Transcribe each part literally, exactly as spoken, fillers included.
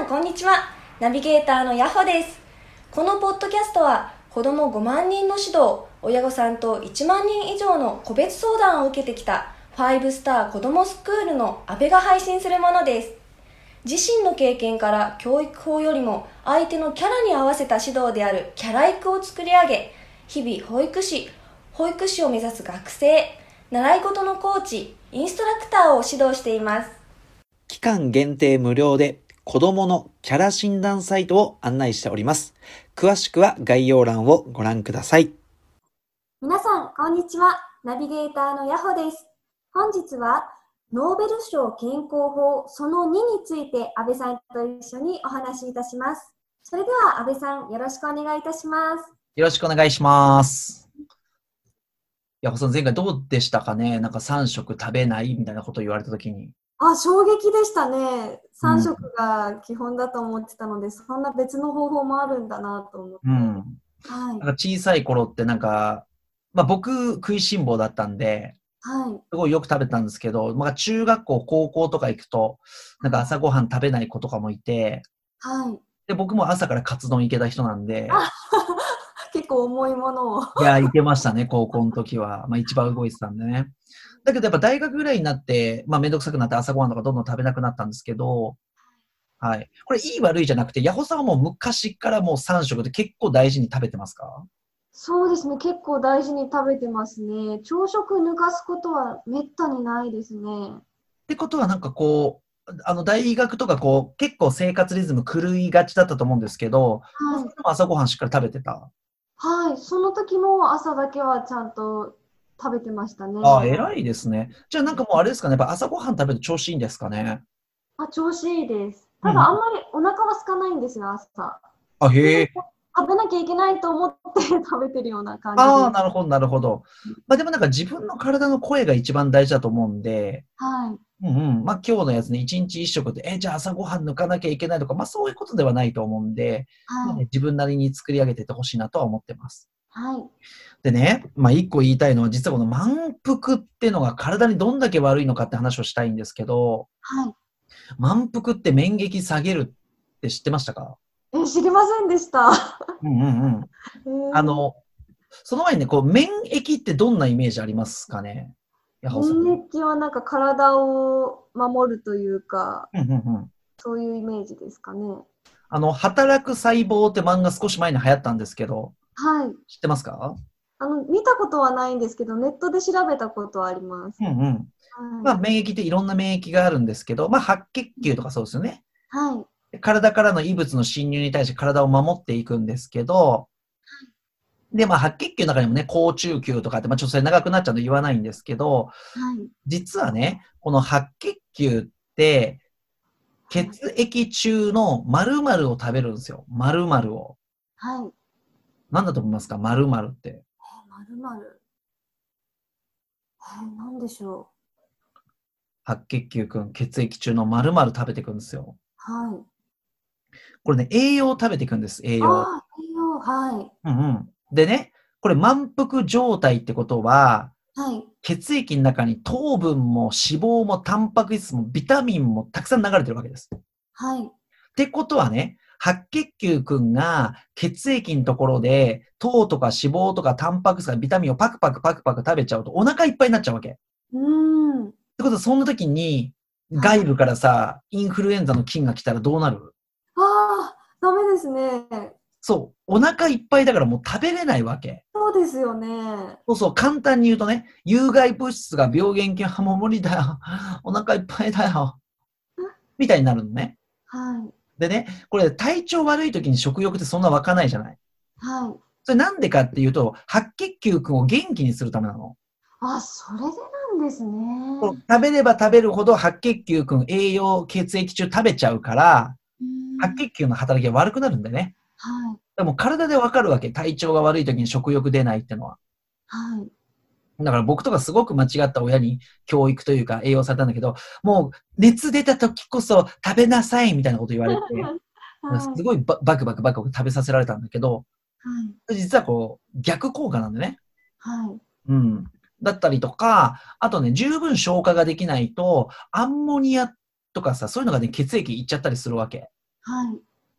こんにちは。ナビゲーターのヤホです。このポッドキャストは子どもごまんにんの指導、親御さんといちまんにん以上の個別相談を受けてきたファイブスター子どもスクールの阿部が配信するものです。自身の経験から教育法よりも相手のキャラに合わせた指導であるキャラ育を作り上げ、日々保育士、保育士を目指す学生、習い事のコーチ、インストラクターを指導しています。 期間限定無料で子供のキャラ診断サイトを案内しております。詳しくは概要欄をご覧ください。 皆さん、こんにちは。ナビゲーターのヤホです。本日はノーベル賞健康法そのにについて阿部さんと一緒にお話しいたします。それでは阿部さん、よろしくお願いいたします。 よろしくお願いします。ヤホさん、前回どうでしたかね。なんかさん食食べないみたいなことを言われたときに。 あ、衝撃でしたね。さん食が基本だと思ってたので、うん、そんな別の方法もあるんだなと思って。うん。 はい。なんか小さい頃ってなんか、まあ僕食いしん坊だったんで、はい。すごいよく食べたんですけど、まあ中学校、高校とか行くと、なんか朝ごはん食べない子とかもいて、はい。で、僕も朝からカツ丼行けた人なんで、 結構重いものを。 いや、行けましたね、高校の時は。まあ一番動いてたんでね。だけどやっぱ大学ぐらいになって、まあめんどくさくなって朝ごはんとかどんどん食べなくなったんですけど、はい。これいい悪いじゃなくて、ヤホさんはもう昔からもうさん食で結構大事に食べてますか？ そうですね。結構大事に食べてますね。朝食抜かすことはめったにないですね。 ってことはなんかこう、あの大学とかこう、結構生活リズム狂いがちだったと思うんですけど、はい、朝ごはんしっかり食べてた？ はい。その時も朝だけはちゃんと食べてましたね。 ああ、偉いですね。じゃあなんかもうあれですかね、やっぱ朝ごはん食べると調子いいんですかね。 あ、調子いいです。ただあんまりお腹は空かないんですよ、朝。 あ、へえ。 食べなきゃいけないと思って食べてるような感じです。 ああ、なるほど、なるほど。まあでもなんか自分の体の声が一番大事だと思うんで、はい。うんうん。まあ今日のやつね、一日一食で、え、じゃあ朝ごはん抜かなきゃいけないとか、まあそういうことではないと思うんで、はい。ね、自分なりに作り上げていってほしいなとは思ってます。はい。でね、まあ一個言いたいのは、実はこの満腹っていうのが体にどんだけ悪いのかって話をしたいんですけど、はい。満腹って免疫下げるって知ってましたか？ え、知りませんでした。 うんうんうん。あの、その前にね、こう、免疫ってどんなイメージありますかね？ 免疫はなんか体を守るというか、うんうんうん、そういうイメージですかね。 あの、働く細胞って漫画少し前に流行ったんですけど、はい。知ってますか？ あの、見たことはないんですけど、ネットで調べたことはあります。 うんうん。はい、まあ、免疫っていろんな免疫があるんですけど、まあ、白血球とかそうですよね。はい。体からの異物の侵入に対して体を守っていくんですけど、で、まあ、白血球の中にもね、好中球とかって、まあ、ちょっとそれ長くなっちゃうので言わないんですけど、はい、実はね、この白血球って、血液中の〇〇を食べるんですよ。〇〇を。はい。何だと思いますか？〇〇って。 〇〇。えー、何でしょう。 白血球くん、血液中の〇〇食べていくんですよ。 はい。 これね、栄養を食べていくんです、栄養。 ああ、栄養、はい。 うんうん。でね、これ満腹状態ってことは、はい、血液の中に糖分も脂肪もタンパク質もビタミンもたくさん流れてるわけです。はい。ってことはね、白血球くんが血液のところで糖とか脂肪とかタンパク質とかビタミンをパクパクパクパク食べちゃうとお腹いっぱいになっちゃうわけ。うーん。ってことはそんな時に外部からさ、はい、インフルエンザの菌が来たらどうなる？ ああ、ダメですね。 そう。お腹いっぱいだからもう食べれないわけ。 そうですよね。 そうそう。簡単に言うとね、有害物質が病原菌はもう無理だよ。お腹いっぱいだよ。みたいになるのね。はい。でね、これ体調悪い時に食欲ってそんな湧かないじゃない。はい。それなんでかっていうと、白血球くんを元気にするためなの。 あ、それでなんですね。 食べれば食べるほど白血球くん栄養血液中食べちゃうから、白血球の働きが悪くなるんだよね。はい。でも体でわかるわけ。体調が悪い時に食欲出ないってのは。はい。だから僕とかすごく間違った親に教育というか栄養されたんだけど、もう熱出た時こそ食べなさいみたいなこと言われて、はい、すごいバクバクバクバク食べさせられたんだけど、はい、実はこう逆効果なんでね。はい。うん。だったりとか、あとね、十分消化ができないと、アンモニアとかさ、そういうのがね、血液いっちゃったりするわけ。 はい。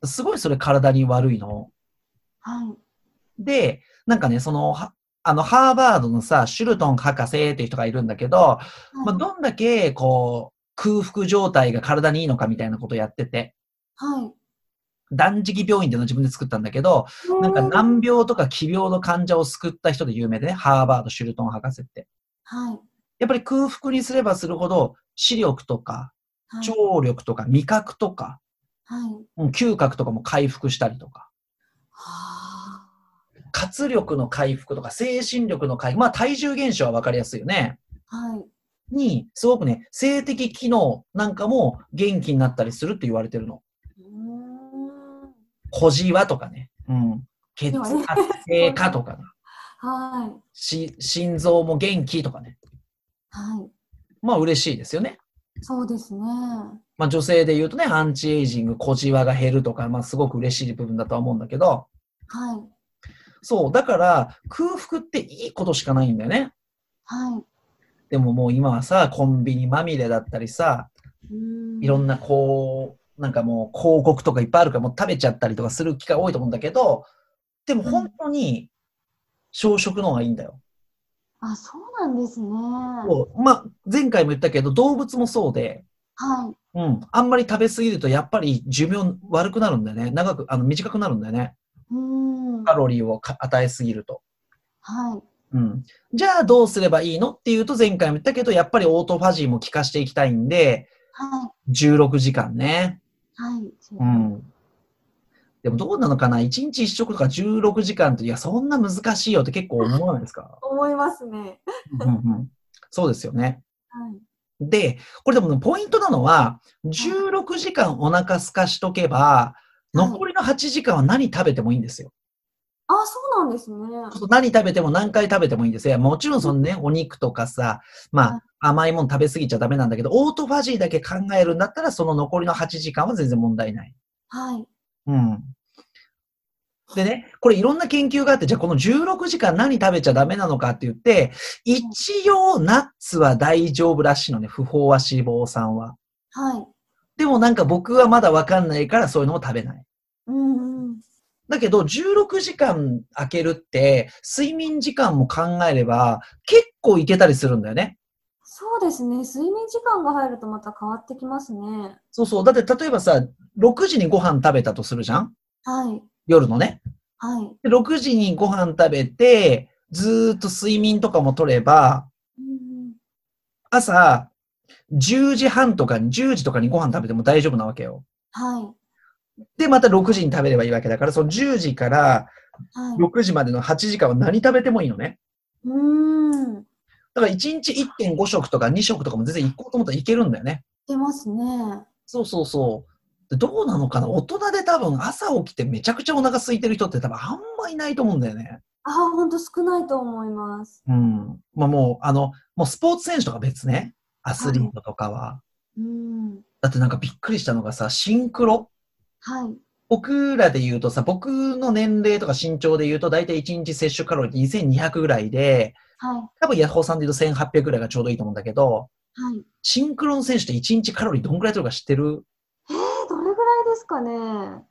すごいそれ体に悪いの。 はい。 で、なんかね、その、はあの、ハーバードのさ、シュルトン博士っていう人がいるんだけど、 はまあ、 い。 どんだけ、こう、空腹状態が体にいいのかみたいなことをやってて、 はい。 断食病院っていうのを自分で作ったんだけど、なんか難病とか奇病の患者を救った人で有名でね、ハーバード、シュルトン博士って。 はい。 やっぱり空腹にすればするほど、視力とか、 はい。 聴力とか、味覚とか、 はい。 うん嗅覚とかも回復したりとか、 は活力の回復とか、精神力の回復、まあ体重減少はわかりやすいよね。 あ。はい。 に、すごくね、性的機能なんかも元気になったりするって言われてるの。 うーん。 小じわとかね。うん。血でもね、 圧低そんな。 下とかね。 はい。 し、心臓も元気とかね。 はい。 まあ嬉しいですよね。 そうですね。 まあ女性で言うとね、アンチエイジング、小じわが減るとか、まあすごく嬉しい部分だとは思うんだけど、 はい。 そう、だから空腹っていいことしかないんだよね。 はい。 でももう今はさ、コンビニまみれだったりさ、 うーん。 いろんなこう、なんかもう広告とかいっぱいあるからもう食べちゃったりとかする機会多いと思うんだけど、でも本はい。 当に小食の方がいいんだよ。 あ、そうなんですね。はそう、まあ、前回も言ったけど動物もそうで、 い。 うん、あんまり食べ過ぎるとやっぱり寿命悪くなるんだよね。長く、あの短くなるんだよね。 うーん。 カロリーをか与えすぎると。 はい。 うん。じゃあどうすればいいのっていうと前回も言ったけど、やっぱりオートファジーも効かしていきたいんで、 はじゅうろくじかんね。 い。はい。 うん。でもどうなのかな ?いち 日いっ食とかじゅうろくじかんって、いや、そんな難しいよって結構思わないですか？ 思いますね。 うんうんうん。そうですよね。 はい。 で、これでもねポイントなのは、 はい。 じゅうろくじかんお腹空かしとけば、 はい。 残りのはちじかんは何食べてもいいんですよ。 あ、そうなんですね。 そう何食べても何回食べてもいいんですよ。もちろんそのね、お肉とかさ、まはあ、甘いもの食べ過ぎちゃダメなんだけど、オートファジーだけ考えるんだったら、その残りのはちじかんは全然問題ない。 はい。 うん。でね、これいろんな研究があって、じゃあこのじゅうろくじかん何食べちゃダメなのかって言って、一応ナッツは大丈夫らしいのね、不飽和脂肪酸は。 はい。 でもなんか僕はまだわかんないからそういうのも食べない。 うんうん。 だけどじゅうろくじかん空けるって、睡眠時間も考えれば結構いけたりするんだよね。 そうですね。睡眠時間が入るとまた変わってきますね。 そうそう。だって例えばさ、ろくじにご飯食べたとするじゃん？ はい。 夜のね。 はい。 でろくじにご飯食べて、ずーっと睡眠とかも取れば、 うんうん。 朝じゅうじはんとかにじゅうじとかにご飯食べても大丈夫なわけよ。 はい。 で、またろくじに食べればいいわけだから、そのじゅうじからはい。 ろくじまでのはちじかんは何食べてもいいのね。 うーん。 だからいちにちいってんご食とかに食とかも全然行こうと思ったらいけるんだよね。 出ますね。 そうそうそう。でどうなのかな大人で多分朝起きてめちゃくちゃお腹空いてる人って多分あんまいないと思うんだよね。 ああ、ほんと少ないと思います。 うん。まあもう、あの、もうスポーツ選手とか別ね。アスはい。 リートとかは。 うーん。 だってなんかびっくりしたのがさ、シンクロはい。 僕らで言うとさ、僕の年齢とか身長で言うと、だいたいいちにち摂取カロリーにせんにひゃくぐらいで、 はい。 多分ヤホーさんで言うとせんはっぴゃくぐらいがちょうどいいと思うんだけど、 はい。 シンクロの選手っていちにちカロリーどんぐらい取るか知ってる？ えー、どれぐらいですかね。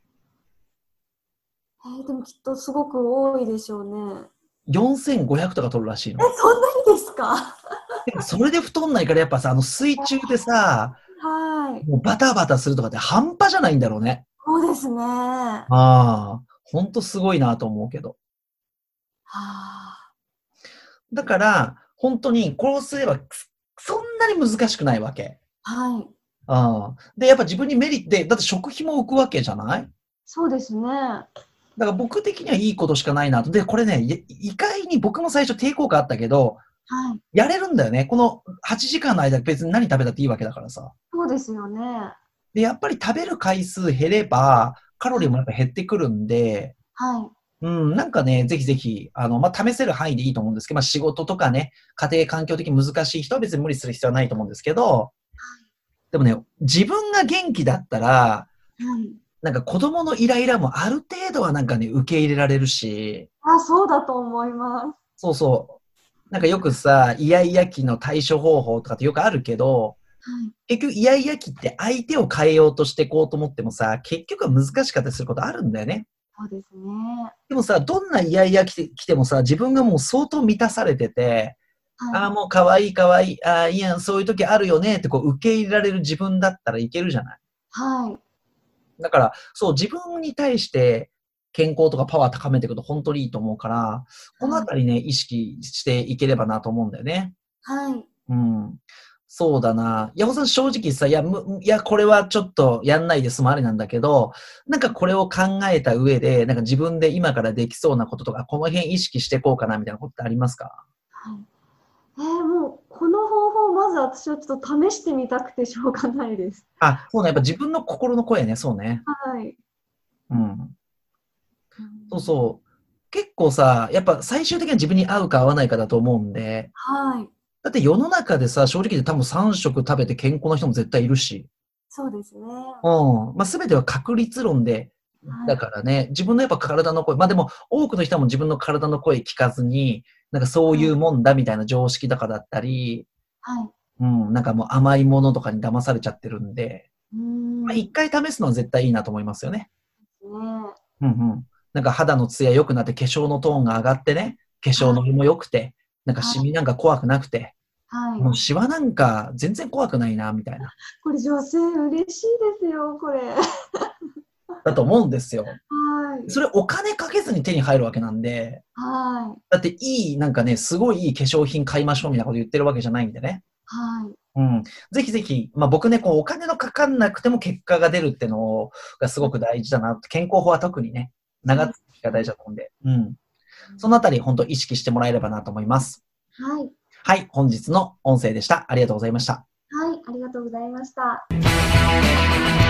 えー、でもきっとすごく多いでしょうね。 よんせんごひゃくとか取るらしいえ、 の。 そんなにですか？ でもそれで太んないからやっぱさ、あの水中でさ、 はい。 もうバタバタするとかって半端じゃないんだろうね。 そうですね。はああ、ほんとすごいなと思うけど。 あ。 だから、本当にこうすればそんなに難しくないわけ。 はい。 ああ。で、やっぱ自分にメリットで、だって食費も浮くわけじゃない？ そうですね。はだから僕的にはいいことしかないなと。で、これね、い意外に僕も最初抵抗感あったけど、 い。 やれるんだよね。このはちじかんの間別に何食べたっていいわけだからさ。 そうですよね。はで、やっぱり食べる回数減れば、カロリーもい。 やっぱ減ってくるんで、 はい。 うん、なんかね、ぜひぜひ、あの、まあ、試せる範囲でいいと思うんですけど、まあ、仕事とかね、家庭環境的に難しい人は別に無理する必要はないと思うんですけど、でもね、自分が元気だったら、 はい。 なんか子供のイライラもある程度はなんかね、受け入れられるし、 あ、そうだと思います。 そうそう。なんかよくさ、イヤイヤ期の対処方法とかってよくあるけど、 結局、イヤイヤ期って相手を変えようとしていこうと思ってもさ、結局は難しかったりすることあるんだよね。 そうですね。 でもさ、どんなイヤイヤ期来てもさ、自分がもう相当満たされてて、はい、ああ、もう可愛い可愛い、ああ、いや、そういう時あるよねってこう受け入れられる自分だったらいけるじゃない。 はい。 だから、そう、自分に対して健康とかパワー高めていくと本当にいいと思うから、このあたりね、はい、意識していければなと思うんだよね。 はい。 うん。そうだな。ヤホさん正直さ、いや、む、いや、これはちょっとやんないですもあれなんだけど、なんかこれを考えた上で、なんか自分で今からできそうなこととか、この辺意識していこうかなみたいなことってありますか？ はい。えー、もう、この方法をまず私はちょっと試してみたくてしょうがないです。 あ、そうね。やっぱ自分の心の声ね、そうね。 はい。 うん。そうそう。結構さ、やっぱ最終的には自分に合うか合わないかだと思うんで。 はい。 だって世の中でさ、正直で多分さん食食べて健康な人も絶対いるし。 そうですね。うん。 まあ、全ては確率論で、だからね、はい、自分のやっぱ体の声、まあでも多くの人も自分の体の声聞かずに、なんかそういうもんだみたいな常識とかだったり、 はい。 うん、なんかもう甘いものとかに騙されちゃってるんで、 うん。 まあ一回試すのは絶対いいなと思いますよね。 ね。 うんうん。なんか肌のツヤ良くなって化粧のトーンが上がってね、化粧のりも良くて、なんかシミなんか怖くなくて、はい、もうシワなんか全然怖くないな、みたいな。 これ女性嬉しいですよ、これ。 だと思うんですよ。 はい。 それお金かけずに手に入るわけなんで、 はい。 だっていい、なんかね、すごいいい化粧品買いましょうみたいなこと言ってるわけじゃないんでね。 はい。 うん。ぜひぜひ、まあ僕ね、こうお金のかかんなくても結果が出るってのがすごく大事だなって、健康法は特にね、長続きが大事だと思うんで、うん。そのあたり、本当意識してもらえればなと思います。 はい。 はい、本日の音声でした。ありがとうございました。 はい、ありがとうございました。